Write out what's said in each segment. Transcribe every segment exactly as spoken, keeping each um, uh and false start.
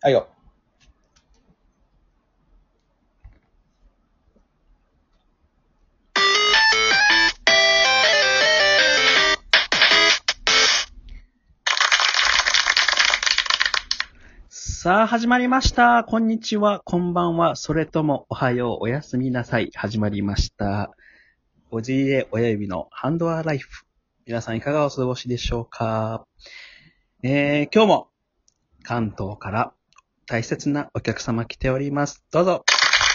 はいよ。 さあ、始まりました。こんにちは、こんばんは、それともおはよう、おやすみなさい。始まりました。おじいえ親指のハンドアライフ。皆さんいかがお過ごしでしょうか。えー、今日も関東から大切なお客様来ております。どうぞ。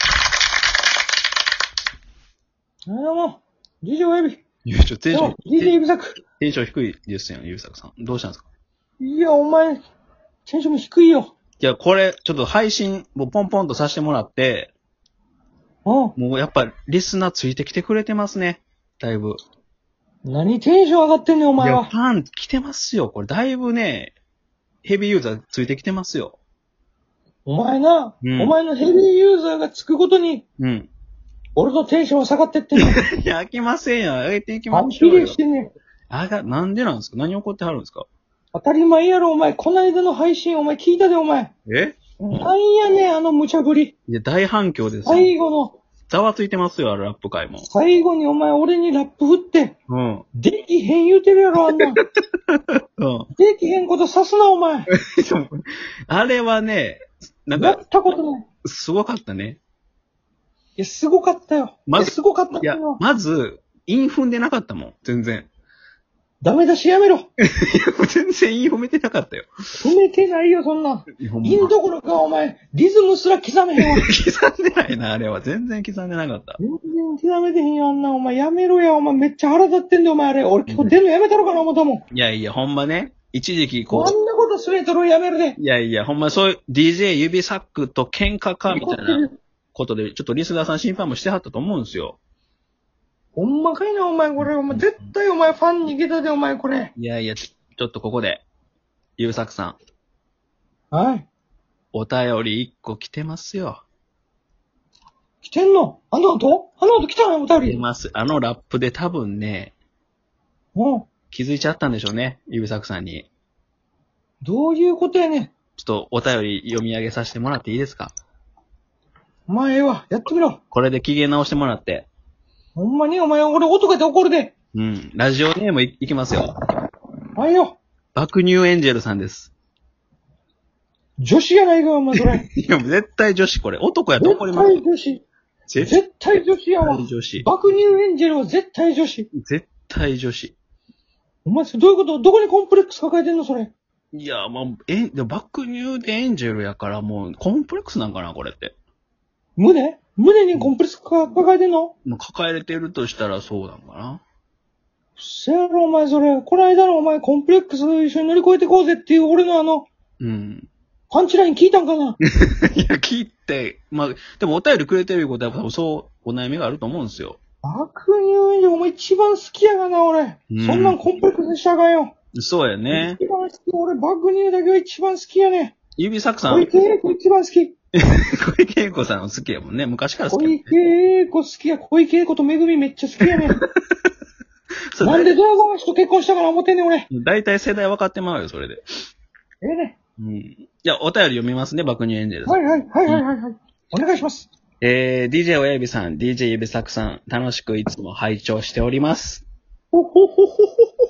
あどうも、ジージェー 親指。 いや、ちょ、テンション、 ジージェー 指作。 テンション低いですよ、ゆうさくさん。どうしたんですか？ いや、お前、テンションも低いよ。 いや、これ、ちょっと配信、もうポンポンとさせてもらって、 うん。 もうやっぱリスナーついてきてくれてますね。だいぶ。 何テンション上がってんねん、おいや、 前は。 ファン来てますよ。これだいぶね、ヘビーユーザーついてきてますよ。 お前な、 うんお前のヘビーユーザーがつくごとに、 うん。 俺のテンションは下がってってんねん。 いや、飽きませんよ。上げていきま反しょうよ比例し。てんねん。 あが、なんでなんですか？何怒ってはるんですか？ 当たり前やろ、お前。こないだの配信、お前聞いたで、お前。 えなんやねん、あの無茶ぶり。 いや、大反響ですよ。 最後の、 ざわついてますよ、あれラップ界も。 最後にお前俺にラップ振って、 うん。 できへん言うてるやろ、あんな。 うん。 できへんことさすな、お前。 あれはね、なんかやっ、たことない。 すごかったね。 いや、すごかったよ。 まずいやすごかったいやよ。、 まず、イン踏んでなかったもん、全然。 ダメ出しやめろ。 いや、全然イン踏めてなかったよ。 止めてないよ、そんなん。 いやほんまインどころか、お前、リズムすら刻めへんわ。 刻んでないな、あれは。全然刻んでなかった。 全然刻めてへんよ、あんな。お前、やめろや、お前。めっちゃ腹立ってんだよ、お前、あれ。俺、今日出んのやめたろかな、思ったもん。 いやいや、ほんまね、一時期ここんなことすれとるやめるで。 う、いやいや、ほんまそういう ディージェー 指サックと喧嘩か、みたいなことで、ちょっとリスナーさん心配もしてはったと思うんですよ。 ほんまかいな、お前、これ。お前、絶対お前、ファン逃げたで、お前、これ。 いやいや、ちょちょっとここで、ゆうさくさん、 はい。 お便り一個来てますよ。 来てんのあの後あの後来たのお便り。 来てます。あのラップで多分ね、 うん。 気づいちゃったんでしょうね、ゆうさくさんに。 どういうことやねん。 ちょっとお便り読み上げさせてもらっていいですか？ お前、ええわ。やってみろ。 これで機嫌直してもらって。 ほんまに、お前、俺、男で怒るで。 うん。ラジオネームいいきますよ。 はいよ。 爆乳エンジェルさんです。 女子やないか、お前、それ。 いや、絶対女子これ。男やと怒り絶ますよ。 対女子。 絶絶対女子やわ。 対女子。 爆乳エンジェルは絶対女子。 絶対女子。 お前、それどういうことどこにコンプレックス抱えてんのそれ。 いや、まあ、え、でも爆乳でエンジェルやからもうコンプレックスなんかな、これって。 胸胸にコンプレックスか抱えてんのまあ、抱えれてるとしたらそうなんかな。 せやろ、お前、それ。この間のお前、コンプレックス一緒に乗り越えていこうぜっていう俺のあの、 うん。 パンチライン聞いたんかないや、聞いて、まあ、でもお便りくれてることは多分そう、お悩みがあると思うんですよ。 爆乳エンジェル、お前一番好きやがな、俺。 うんそんなんコンプレックスにしたらあかんよ。 そうやね。 一番好き、俺、爆乳だけは一番好きやね。 指サクさ小ん、 池栄子一番好き。 小池栄子さん好きやもんね。昔から好き小やもんね。 池栄子好きや。小池栄子とめぐみめっちゃ好きやね。 そうなんでドラゴン足と結婚したかな思ってんねん、俺。 大体世代分かってまうよ、それで。 ええね。 うん。いや、お便り読みますね、爆乳エンジェルさん。 はいはい、はいはいはいはい。お願いします。 えー、ディージェー 親指さん、ディージェー 指サクさん、楽しくいつも拝聴しております。 ほほほほほほ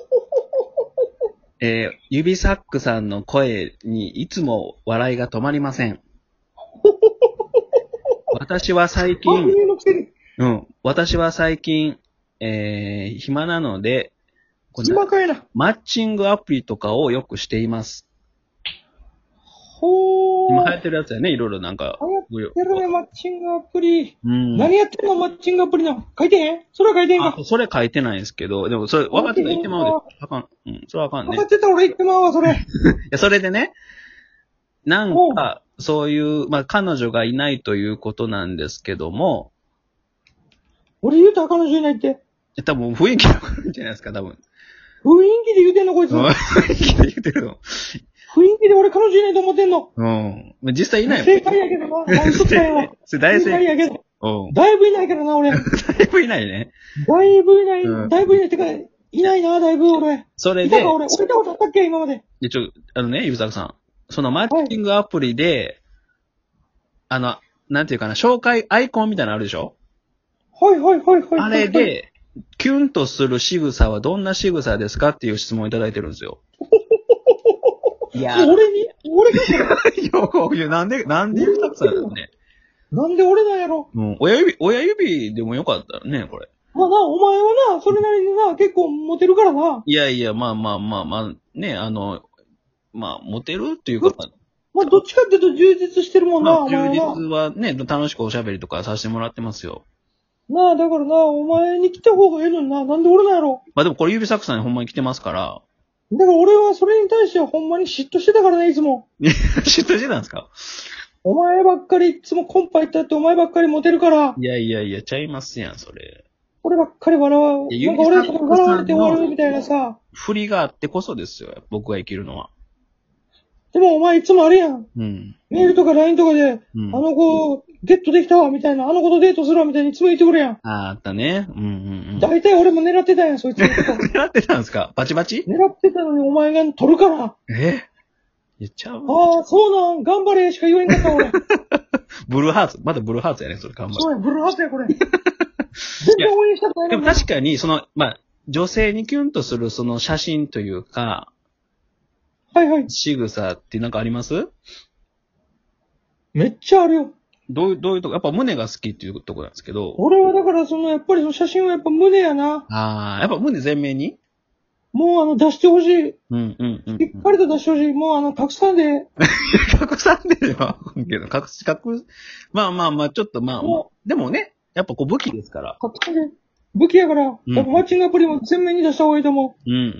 えー、指サックさんの声にいつも笑いが止まりません。私は最ほ。番近、 組のくせに。 うん、私は最近、えー、暇なので、こんな暇かいな。 マッチングアプリとかをよくしています。 ほー。 今流行ってるやつやね、いろいろなんか。 流行ってるね、マッチングアプリ。 うん。 何やってんの、マッチングアプリの。書いてへんそれは書いてへんか。 あ、それ書いてないんですけど、でもそれ分かってたら言ってまうで。あかん。うん、それはあかんね。 分かってたら俺言ってまうわ、それ。 いや、それでね、なんか、そういう、まあ、彼女がいないということなんですけども、 俺言うたら彼女いないって。 多分雰囲気があるんじゃないですか、多分。 雰囲気で言うてんの、こいつ。雰雰囲気で言ってるの。 囲気で俺彼女いないと思ってんの。 うん。実際いないもん。 正解やけどな。あ嘘つかへんわ。 それ大正解正やけど。 うん。 だいぶいないけどな、俺。だだいぶいないね。 いぶいない、 うんだいぶいないってか、いないな、だいぶ俺。 それでいたか、俺。俺いたことあったっけ、今まで。 で、ちょ、あのね、ゆうさくさん。 そのマッチングアプリで、はい、あの、なんていうかな、紹介アイコンみたいなのあるでしょ？ はいはいはいはい。 あれで、キュンとする仕草はどんな仕草ですかっていう質問をいただいてるんですよ。 いや俺に俺がこれいや、なんで、なんで言ったくさだよね。 なんで俺なんやろ？ うん。親指、親指でもよかったらね、これ。 まあな、お前はな、それなりにな、結構モテるからな。 いやいや、まあまあまあまあ、ね、あの、まあ、モテるっていうか、 まあ、どっちかっていうと充実してるもんな、 まあ、 お前は。 充実はね、楽しくおしゃべりとかさせてもらってますよ。 なあ、だからな、お前に来た方がええのにな、なんで俺なんやろ？ まあでもこれ指サクさんにほんまに来てますから。 だから俺はそれに対してはほんまに嫉妬してたからね、いつも。 嫉妬してたんですか？ お前ばっかりいつもコンパ行ったってお前ばっかりモテるから。 いやいやいや、ちゃいますやん、それ。 俺ばっかり笑う。なんか俺が笑われて終わるみたいなさ。 振りがあってこそですよ、僕が生きるのは。 でもお前いつもあれやん。 うん。 メールとか ライン とかで、うん、あの子、ゲットできたわ、みたいな、あの子とデートするわ、みたいにいつも言ってくるやん。 ああ、あったね。うんうんうん。 大体俺も狙ってたやん、そいつのこと。 狙ってたんですか？バチバチ？ 狙ってたのにお前が取るから。 え言っちゃう？ ああ、そうなん、頑張れしか言えんかった俺。 ブルーハーツ。まだブルーハーツやね、それ頑張れ。 そうや、ブルーハーツや、これ。全然応援したくない。 でも確かに、その、まあ、女性にキュンとするその写真というか、 はいはい。 仕草ってなんかあります？ めっちゃあるよ。 どういう、どういうとこ、やっぱ胸が好きっていうところなんですけど。 俺はだからその、やっぱりその写真はやっぱ胸やな。 ああ、やっぱ胸全面に？ もうあの、出してほしい。 うんうんうん、うん。 しっかりと出してほしい。もうあの、たくさんで。 たくさんでは、けど、隠し、隠まあまあまあ、ちょっとまあ、でもね、やっぱこう武器ですから。 たくさんで。武器やから、うん、やっぱマッチングアプリも全面に出した方がいいと思う。うんうんうん。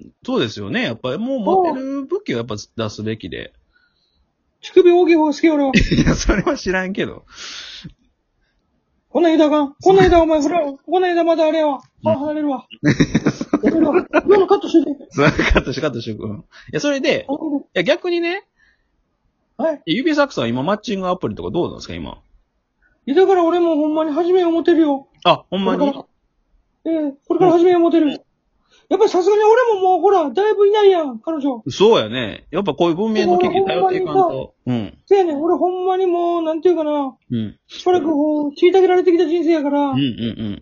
そうですよね。やっぱりもう持ってる武器をやっぱ出すべきで。 乳首大きい方が好き俺は。 いや、それは知らんけど。 こんな枝が、こんな枝お前、ほら、こんな枝まだあれやわ。あ、離れるわ。やめるわ。今のカットしてて。 それカットし、カットしとく。いや、それで、いや、逆にね。 はい。 指サクさん今マッチングアプリとかどうなんですか、今。 いや、だから俺もほんまに初め思ってるよ。 あ、ほんまにええー、これから初め思ってる。うん、やっぱりさすがに俺ももうほら、だいぶいないやん、彼女。 そうやね。やっぱこういう文明の機器頼っていかんと。うん。 そうやね。俺ほんまにもう、なんていうかな。 うん。 しばらくこう、虐げられてきた人生やから。 うんうんうん。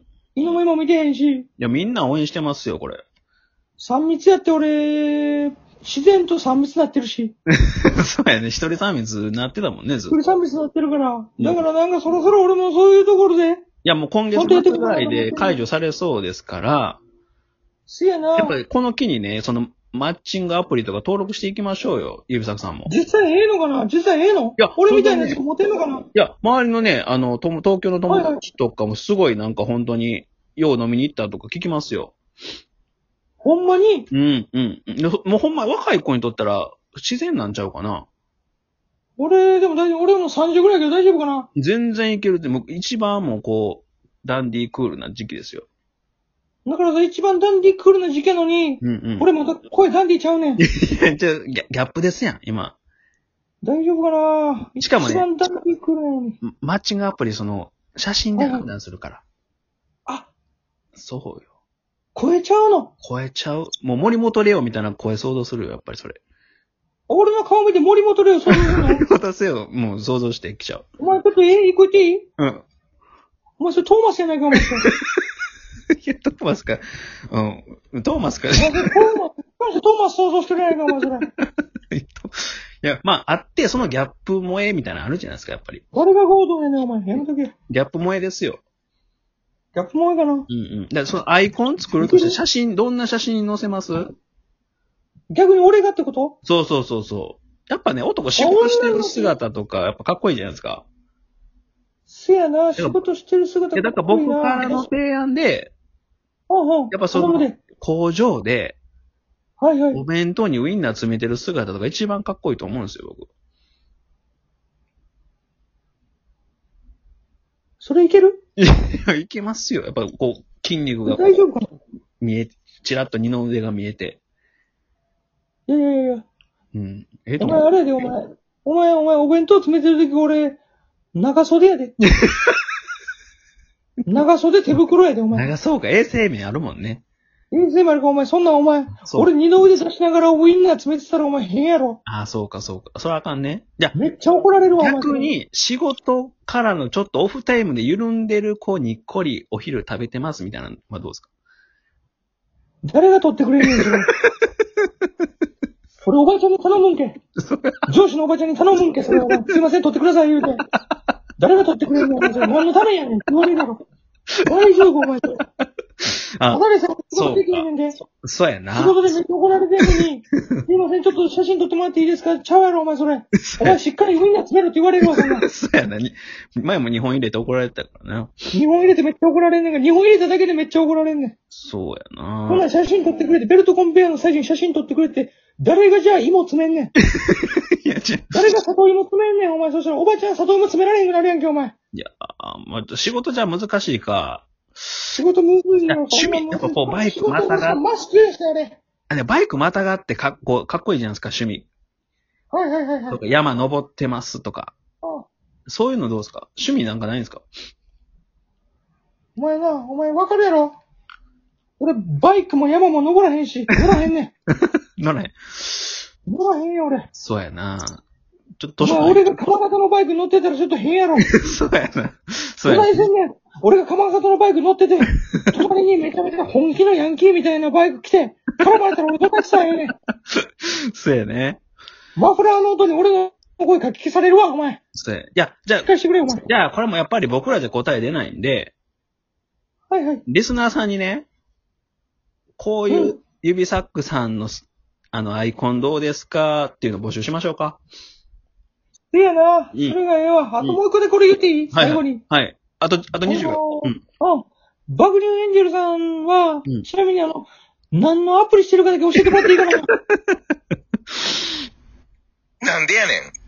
犬も今見てへんし。いや、みんな応援してますよ、これ。 三密やって俺、自然と三密なってるし。 そうやね。一人三密なってたもんね、ずっと。一人三密なってるから。だからなんかそろそろ俺もそういうところで。 いや、もう今月末ぐらいで解除されそうですから、 せやな。 やっぱりこの機にね、その、マッチングアプリとか登録していきましょうよ、ゆびさくさんも。 実際ええのかな実際ええの？いや、俺みたいなやつ持てんのかな？いや、周りのね、あの、東京の友達とかもすごいなんか本当に、よう飲みに行ったとか聞きますよ。 ほんまに？ うん、うん。もうほんま若い子にとったら自然なんちゃうかな。 俺、でも大丈夫。俺もさんじゅうぐらいだけど大丈夫かな？ 全然いけるって、もう一番もうこう、ダンディークールな時期ですよ。 だからさ、一番ダンディークールな時期やのに、うんうん、俺また声ダンディーちゃうねん。 いや、じゃギャップですやん、今。 大丈夫かな？ しかもね、 一番ダンディークールなのに。 マッチングアプリ、その、写真で判断するから。 あ、 そうよ。 超えちゃうの？ 超えちゃう。もう森本レオみたいな声想像するよ、やっぱりそれ。 俺の顔見て森本レオ想像するの？ 森本レオ、もう想像してきちゃう。 お前ちょっとええ、一個言っていい？ うん。 お前それトーマスやないか、お前。いや、トーマスか。うん。トーマスか。 トーマス、トーマス想像してるやないか、お前それ。 いや、まあ、あって、そのギャップ萌えみたいなのあるじゃないですか、やっぱり。 誰が合同やねん、お前。やめとけ。 ギャップ萌えですよ。 ギャップ萌えかな？うんうん。だからそのアイコン作るとして写真、どんな写真に載せます？ 逆に俺がってこと？ そうそうそうそう。やっぱね、男仕事してる姿とか、やっぱかっこいいじゃないですか。 せやな、仕事してる姿かっこいいな。だから僕からの提案で、やっぱその、工場で、 はいはい。 お弁当にウインナー詰めてる姿とか一番かっこいいと思うんですよ、僕。 それいける？ いや、いけますよ。やっぱこう、筋肉が大丈夫かな？ 見え、ちらっと二の腕が見えて。 いやいやいや。 うん。えお前あれやで、お前。お前、お前、お弁当詰めてるとき俺、長袖やで。長袖手袋やで、お前。 長そうか、衛生面あるもんね。 衛生丸かお前、そんなんお前、 そう俺二の腕出しながらウインナー詰めてたらお前変やろ。 ああ、そうか、そうか。それはあかんね。じゃあ、 めっちゃ怒られるわ、お前。 逆に仕事からのちょっとオフタイムで緩んでる子にっこりお昼食べてますみたいなのはどうですか？ 誰が取ってくれるんですか？俺おばあちゃんに頼むんけ。上司のおばあちゃんに頼むんけ、それは。すいません、取ってください、言うて。誰が取ってくれるの？お前それ何のためやねんって言われるやろ。大丈夫、お前それ。 あただでさ、仕事できへんねんで。 そうやな。 仕事でめっちゃ怒られてんのに、すいません、ちょっと写真撮ってもらっていいですか？ちゃうやろ、お前それ。お前しっかりウインナー詰めろって言われるわ、そんな。 そうやな。に前も日本入れて怒られてたからな。 日本入れてめっちゃ怒られんねんが、日本入れただけでめっちゃ怒られんねん。 そうやほんなな。 ら写真撮ってくれて、ベルトコンベヤーの最初に写真撮ってくれて、誰がじゃあ芋詰めんねん。 いや、じゃ誰が里芋詰めんねん、お前。そしたらおばちゃん里芋詰められへんくなるやんけ、お前。 いや、まあ、仕事じゃ難しいか。 仕事むずいよ。 趣味やっぱこうバイクまたがマスクやしたよね。 あね、バイクまたがってかっこ、かっこいいじゃないですか、趣味。 はいはいはいはい。 とか山登ってますとか。 あそういうのどうですか？趣味なんかないんですか？ お前な、お前わかるやろ？俺、バイクも山も登らへんし、乗らへんねん。 乗らへん。 乗らへんよ、俺。 そうやな。ちょっとお前、俺が鎌形のバイク乗ってたらちょっと変やろ。 そうやな。そうどやな。 ないせんねん。俺が鎌形のバイク乗ってて、隣にめちゃめちゃ本気のヤンキーみたいなバイク来て、絡まれたら俺どないしたらええねん。 そうやね。 マフラーの音に俺の声かき消されるわ、お前。 そうや。いや、じゃあ聞、かしてくれよ、お前。 じゃあ、これもやっぱり僕らじゃ答え出ないんで、 はいはい。 リスナーさんにね、こういう指サックさんの、あの、アイコンどうですかっていうのを募集しましょうか。 いやな、 うんそれがええわ。あともう一個でこれ言っていい、 はい、 最後に。 はい。あと、あとにじゅうあの秒。うん。 ーうん。バグニューエンジェルさんは、 うんちなみにあの、何のアプリしてるかだけ教えてもらっていいかな。 なんでやねん。